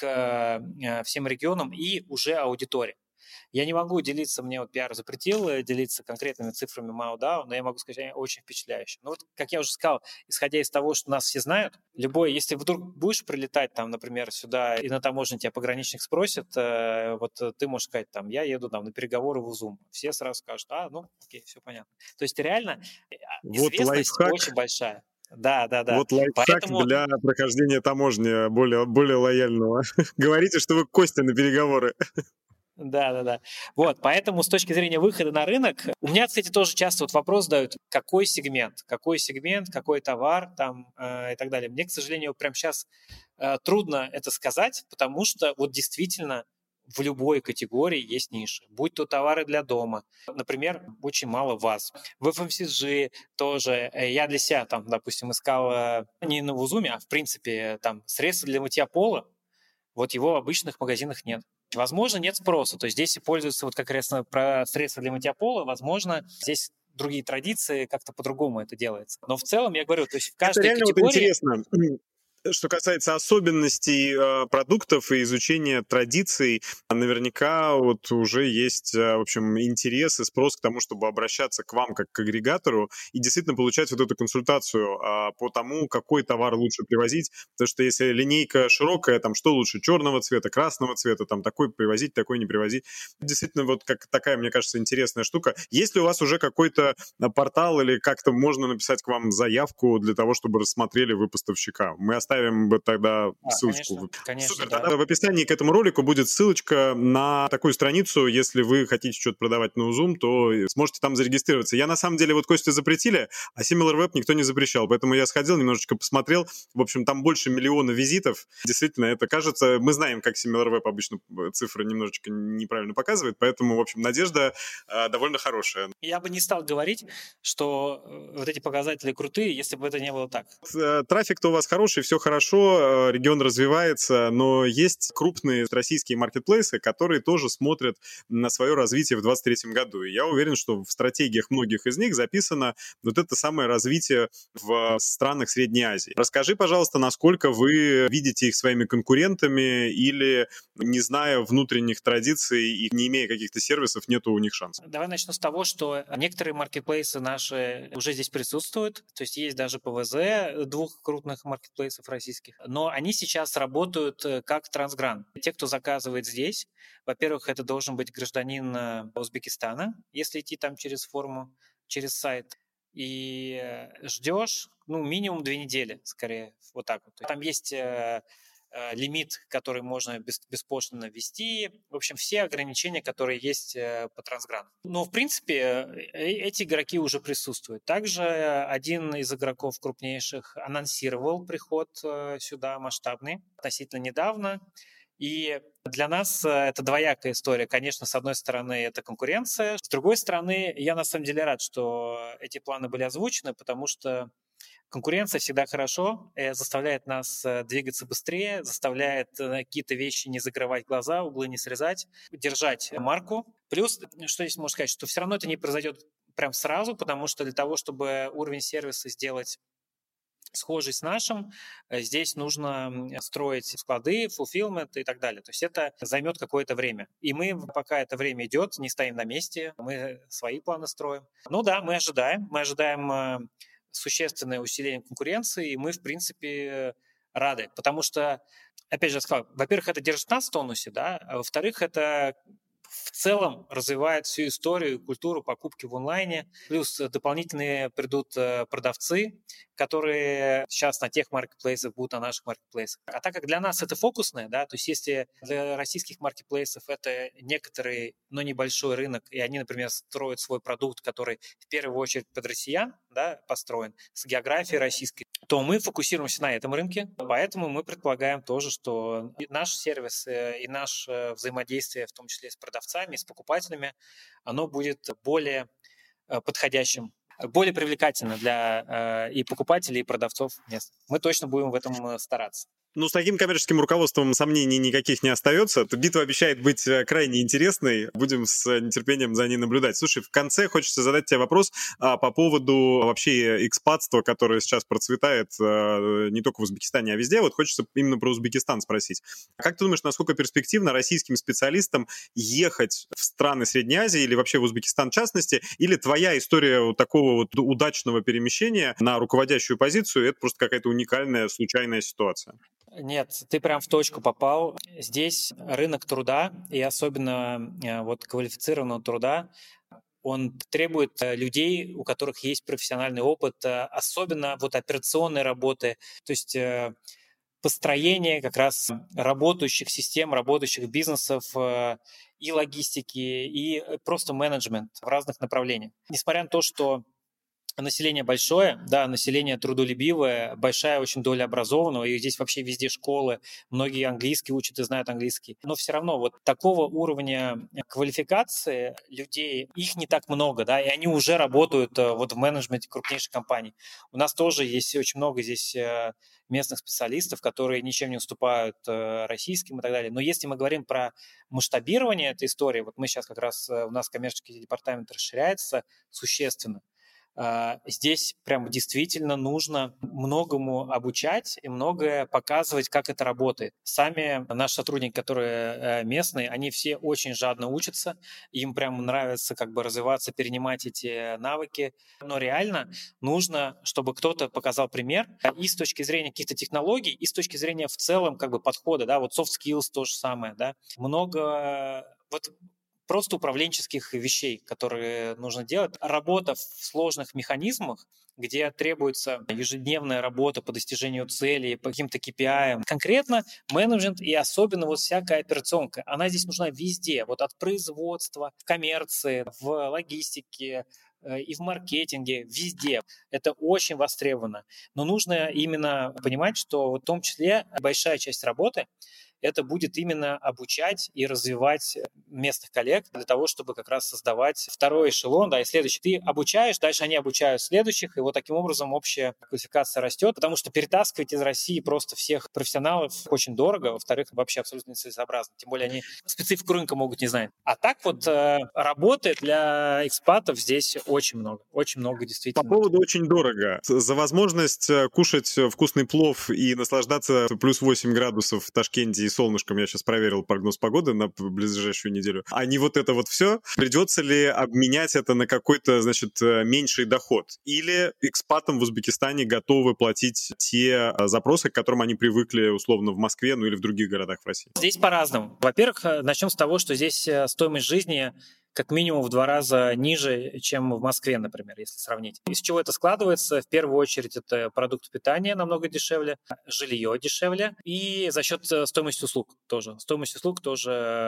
к всем регионам и уже аудитория. Я не могу делиться, мне вот пиар запретил делиться конкретными цифрами Маодао, но я могу сказать, они очень впечатляющие. Но вот, как я уже сказал, исходя из того, что нас все знают, любой, если вдруг будешь прилетать, там, например, сюда, и на таможне тебя пограничник спросит, э, вот ты можешь сказать, там, я еду там, на переговоры в Узум. Все сразу скажут, а, ну, окей, все понятно. То есть реально известность вот очень большая. Да, да, да. Вот лайфхак Поэтому... для прохождения таможни более, более лояльного. Говорите, что вы Костя на переговоры. Да, да, да. Вот, поэтому с точки зрения выхода на рынок, у меня, кстати, тоже часто вот вопрос задают, какой сегмент, какой сегмент, какой товар там э, и так далее. Мне, к сожалению, прямо сейчас э, трудно это сказать, потому что вот действительно в любой категории есть ниши. Будь то товары для дома. Например, очень мало ваз. В эф эм си джи тоже я для себя, там, допустим, искал не на Узуме, а в принципе там средства для мытья пола. Вот его в обычных магазинах нет. Возможно, нет спроса. То есть здесь пользуются вот как раз про средства для мытья пола. Возможно, здесь другие традиции, как-то по-другому это делается. Но в целом, я говорю, то есть в Это каждой реально вот категории... интересно. Что касается особенностей э, продуктов и изучения традиций, наверняка вот уже есть, э, в общем, интерес и спрос к тому, чтобы обращаться к вам как к агрегатору и действительно получать вот эту консультацию э, по тому, какой товар лучше привозить. Потому что если линейка широкая, там что лучше, черного цвета, красного цвета, там такой привозить, такой не привозить. Действительно, вот как такая, мне кажется, интересная штука. Есть ли у вас уже какой-то портал или как-то можно написать к вам заявку для того, чтобы рассмотрели вы поставщика? Мы оставим Оставим тогда а, ссылочку. Конечно, конечно, Супер, да. тогда в описании к этому ролику будет ссылочка на такую страницу. Если вы хотите что-то продавать на Узум, то сможете там зарегистрироваться. Я на самом деле, вот Костю запретили, а SimilarWeb никто не запрещал. Поэтому я сходил, немножечко посмотрел. В общем, там больше миллиона визитов. Действительно, это кажется... Мы знаем, как SimilarWeb обычно цифры немножечко неправильно показывает. Поэтому, в общем, надежда э, довольно хорошая. Я бы не стал говорить, что вот эти показатели крутые, если бы это не было так. Трафик-то у вас хороший, все хорошо, регион развивается, но есть крупные российские маркетплейсы, которые тоже смотрят на свое развитие в двадцать третьем году. И я уверен, что в стратегиях многих из них записано вот это самое развитие в странах Средней Азии. Расскажи, пожалуйста, насколько вы видите их своими конкурентами или, не зная внутренних традиций и не имея каких-то сервисов, нету у них шансов? Давай начну с того, что некоторые маркетплейсы наши уже здесь присутствуют. То есть есть даже ПВЗ двух крупных маркетплейсов российских. Но они сейчас работают как трансгран. Те, кто заказывает здесь, во-первых, это должен быть гражданин Узбекистана, если идти там через форму, через сайт. И ждешь, ну, минимум две недели, скорее, вот так вот. Там есть лимит, который можно беспошлинно ввести. В общем, все ограничения, которые есть по трансграну. Но, в принципе, эти игроки уже присутствуют. Также один из игроков крупнейших анонсировал приход сюда масштабный относительно недавно. И для нас это двоякая история. Конечно, с одной стороны, это конкуренция. С другой стороны, я на самом деле рад, что эти планы были озвучены, потому что конкуренция всегда хорошо, заставляет нас двигаться быстрее, заставляет какие-то вещи не закрывать глаза, углы не срезать, держать марку. Плюс, что здесь можно сказать, что все равно это не произойдет прям сразу, потому что для того, чтобы уровень сервиса сделать схожий с нашим, здесь нужно строить склады, fulfillment и так далее. То есть это займет какое-то время. И мы, пока это время идет, не стоим на месте, мы свои планы строим. Ну да, мы ожидаем, мы ожидаем существенное усиление конкуренции, и мы, в принципе, рады. Потому что, опять же, я сказал, во-первых, это держит нас в тонусе, да, а во-вторых, это в целом развивает всю историю и культуру покупки в онлайне. Плюс дополнительные придут продавцы, которые сейчас на тех маркетплейсах будут на наших маркетплейсах. А так как для нас это фокусное, да, то есть если для российских маркетплейсов это некоторый, но небольшой рынок, и они, например, строят свой продукт, который в первую очередь под россиян, да, построен, с географией российской, то мы фокусируемся на этом рынке. Поэтому мы предполагаем тоже, что и наш сервис и наше взаимодействие, в том числе с продавцами, с покупателями, оно будет более подходящим, более привлекательно для и покупателей, и продавцов мест. Мы точно будем в этом стараться. Ну, с таким коммерческим руководством сомнений никаких не остается. Эта битва обещает быть крайне интересной. Будем с нетерпением за ней наблюдать. Слушай, в конце хочется задать тебе вопрос а, по поводу вообще экспатства, которое сейчас процветает а, не только в Узбекистане, а везде. Вот хочется именно про Узбекистан спросить. Как ты думаешь, насколько перспективно российским специалистам ехать в страны Средней Азии или вообще в Узбекистан в частности? Или твоя история вот такого вот удачного перемещения на руководящую позицию — это просто какая-то уникальная, случайная ситуация? Нет, ты прям в точку попал. Здесь рынок труда, и особенно вот квалифицированного труда, он требует людей, у которых есть профессиональный опыт, особенно вот операционной работы, то есть построение как раз работающих систем, работающих бизнесов и логистики, и просто менеджмент в разных направлениях. Несмотря на то, что население большое, да, население трудолюбивое, большая очень доля образованного, и здесь вообще везде школы, многие английский учат и знают английский. Но все равно вот такого уровня квалификации людей, их не так много, да, и они уже работают вот в менеджменте крупнейших компаний. У нас тоже есть очень много здесь местных специалистов, которые ничем не уступают российским и так далее. Но если мы говорим про масштабирование этой истории, вот мы сейчас как раз, у нас коммерческий департамент расширяется существенно. Здесь прям действительно нужно многому обучать и многое показывать, как это работает. Сами наши сотрудники, которые местные, они все очень жадно учатся, им прям нравится как бы развиваться, перенимать эти навыки. Но реально нужно, чтобы кто-то показал пример и с точки зрения каких-то технологий, и с точки зрения в целом как бы подхода, да, вот soft skills то же самое, да, много вот просто управленческих вещей, которые нужно делать. Работа в сложных механизмах, где требуется ежедневная работа по достижению целей, по каким-то кей пи ай. Конкретно менеджмент и особенно вот всякая операционка, она здесь нужна везде, вот от производства, в коммерции, в логистике, и в маркетинге, везде. Это очень востребовано. Но нужно именно понимать, что в том числе большая часть работы это будет именно обучать и развивать местных коллег для того, чтобы как раз создавать второй эшелон, да, и следующий. Ты обучаешь, дальше они обучают следующих, и вот таким образом общая квалификация растет, потому что перетаскивать из России просто всех профессионалов очень дорого, во-вторых, вообще абсолютно нецелесообразно, тем более они специфику рынка могут не знать. А так вот работы для экспатов здесь очень много, очень много действительно. По поводу очень дорого. За возможность кушать вкусный плов и наслаждаться плюс восемь градусов в Ташкенте и солнышком, я сейчас проверил прогноз погоды на ближайшую неделю, а не вот это вот все, придется ли обменять это на какой-то, значит, меньший доход? Или экспатам в Узбекистане готовы платить те запросы, к которым они привыкли условно в Москве, ну или в других городах в России? Здесь по-разному. Во-первых, начнем с того, что здесь стоимость жизни как минимум в два раза ниже, чем в Москве, например, если сравнить. Из чего это складывается? В первую очередь это продукт питания намного дешевле, жилье дешевле, и за счет стоимости услуг тоже. Стоимость услуг тоже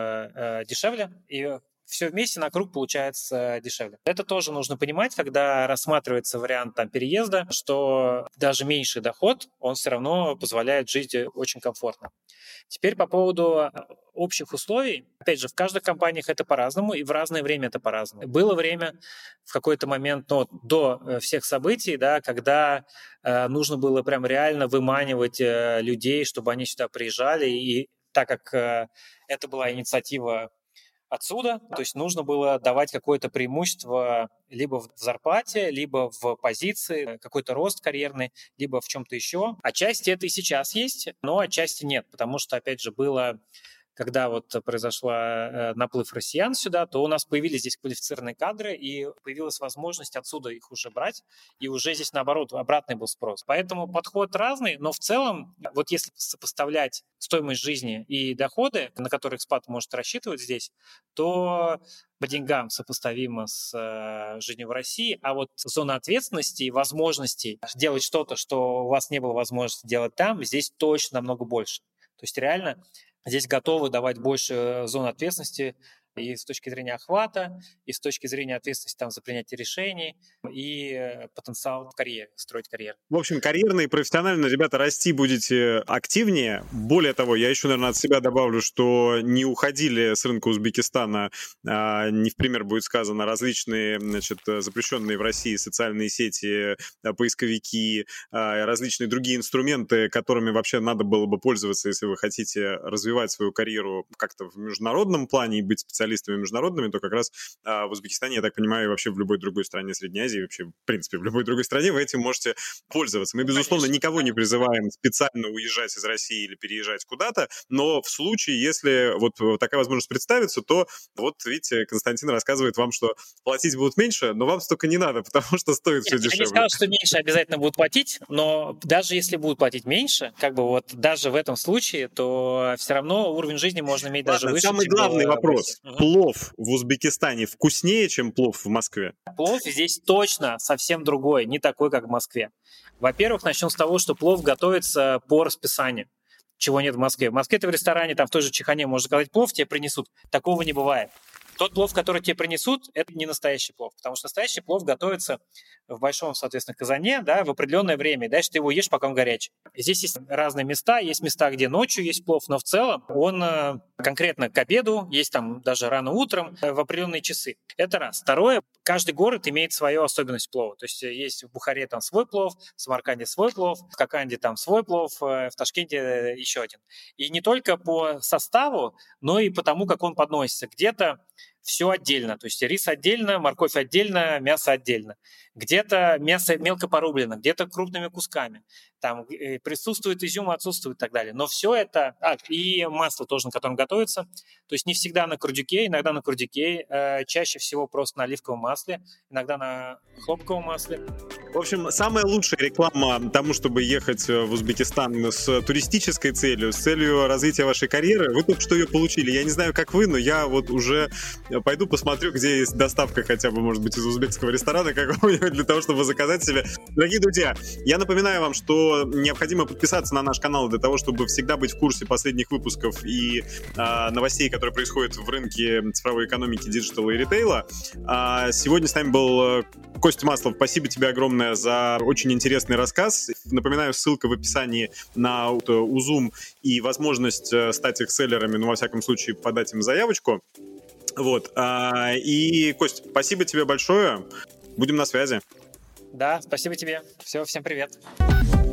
э, дешевле, и все вместе на круг получается дешевле. Это тоже нужно понимать, когда рассматривается вариант там, переезда, что даже меньший доход, он все равно позволяет жить очень комфортно. Теперь по поводу общих условий. Опять же, в каждой компании это по-разному, и в разное время это по-разному. Было время в какой-то момент, ну, до всех событий, да, когда э, нужно было прям реально выманивать э, людей, чтобы они сюда приезжали, и так как э, это была инициатива отсюда, то есть нужно было давать какое-то преимущество либо в зарплате, либо в позиции, какой-то рост карьерный, либо в чем-то еще. Отчасти это и сейчас есть, но отчасти нет, потому что, опять же, было... Когда вот произошел э, наплыв россиян сюда, то у нас появились здесь квалифицированные кадры, и появилась возможность отсюда их уже брать, и уже здесь, наоборот, обратный был спрос. Поэтому подход разный, но в целом, вот если сопоставлять стоимость жизни и доходы, на которые экспат может рассчитывать здесь, то по деньгам сопоставимо с э, жизнью в России, а вот зона ответственности и возможностей делать что-то, что у вас не было возможности делать там, здесь точно намного больше. То есть реально здесь готовы давать больше зон ответственности и с точки зрения охвата, и с точки зрения ответственности там, за принятие решений, и потенциал в карьере, строить карьеру. В общем, карьерно и профессионально, ребята, расти будете активнее. Более того, я еще, наверное, от себя добавлю, что не уходили с рынка Узбекистана, а, не в пример будет сказано, различные, значит, запрещенные в России социальные сети, поисковики, а, различные другие инструменты, которыми вообще надо было бы пользоваться, если вы хотите развивать свою карьеру как-то в международном плане и быть специалистами международными, то как раз а, в Узбекистане, я так понимаю, и вообще в любой другой стране Средней Азии, вообще, в принципе, в любой другой стране вы этим можете пользоваться. Мы, безусловно, Конечно, никого да. не призываем специально уезжать из России или переезжать куда-то, но в случае, если вот такая возможность представится, то вот, видите, Константин рассказывает вам, что платить будут меньше, но вам столько не надо, потому что стоит Нет, все дешевле. Я не сказал, что меньше обязательно будут платить, но даже если будут платить меньше, как бы вот даже в этом случае, то все равно уровень жизни можно иметь Ладно, даже выше. Самый главный вопрос. Угу. Плов в Узбекистане вкуснее, чем плов в Москве? Плов здесь точно совсем другой, не такой, как в Москве. Во-первых, начнем с того, что плов готовится по расписанию, чего нет в Москве. В Москве ты в ресторане, там в той же Чехане можешь заказать плов, тебе принесут. Такого не бывает. Тот плов, который тебе принесут, это не настоящий плов, потому что настоящий плов готовится в большом, соответственно, казане, да, в определенное время, и дальше ты его ешь, пока он горячий. Здесь есть разные места, есть места, где ночью есть плов, но в целом он конкретно к обеду, есть там даже рано утром, в определенные часы. Это раз. Второе, каждый город имеет свою особенность плова. То есть есть в Бухаре там свой плов, в Самарканде свой плов, в Коканде там свой плов, в Ташкенте еще один. И не только по составу, но и по тому, как он подносится. Где-то все отдельно, то есть рис отдельно, морковь отдельно, мясо отдельно. Где-то мясо мелко порублено, где-то крупными кусками. Там присутствует изюм, отсутствует и так далее. Но все это... А, и масло тоже, на котором готовится. То есть не всегда на курдюке, иногда на курдюке, э, чаще всего просто на оливковом масле, иногда на хлопковом масле. В общем, самая лучшая реклама тому, чтобы ехать в Узбекистан с туристической целью, с целью развития вашей карьеры, вы только что ее получили. Я не знаю, как вы, но я вот уже пойду посмотрю, где есть доставка хотя бы, может быть, из узбекского ресторана какого-нибудь для того, чтобы заказать себе. Дорогие друзья, я напоминаю вам, что необходимо подписаться на наш канал для того, чтобы всегда быть в курсе последних выпусков и э, новостей, которые происходят в рынке цифровой экономики, диджитала и ритейла. А сегодня с нами был Костя Маслов. Спасибо тебе огромное за очень интересный рассказ. Напоминаю, ссылка в описании на Узум и возможность стать их селлерами, ну, во всяком случае, подать им заявочку. Вот. И, Кость, спасибо тебе большое. Будем на связи. Да, спасибо тебе. Все, всем привет.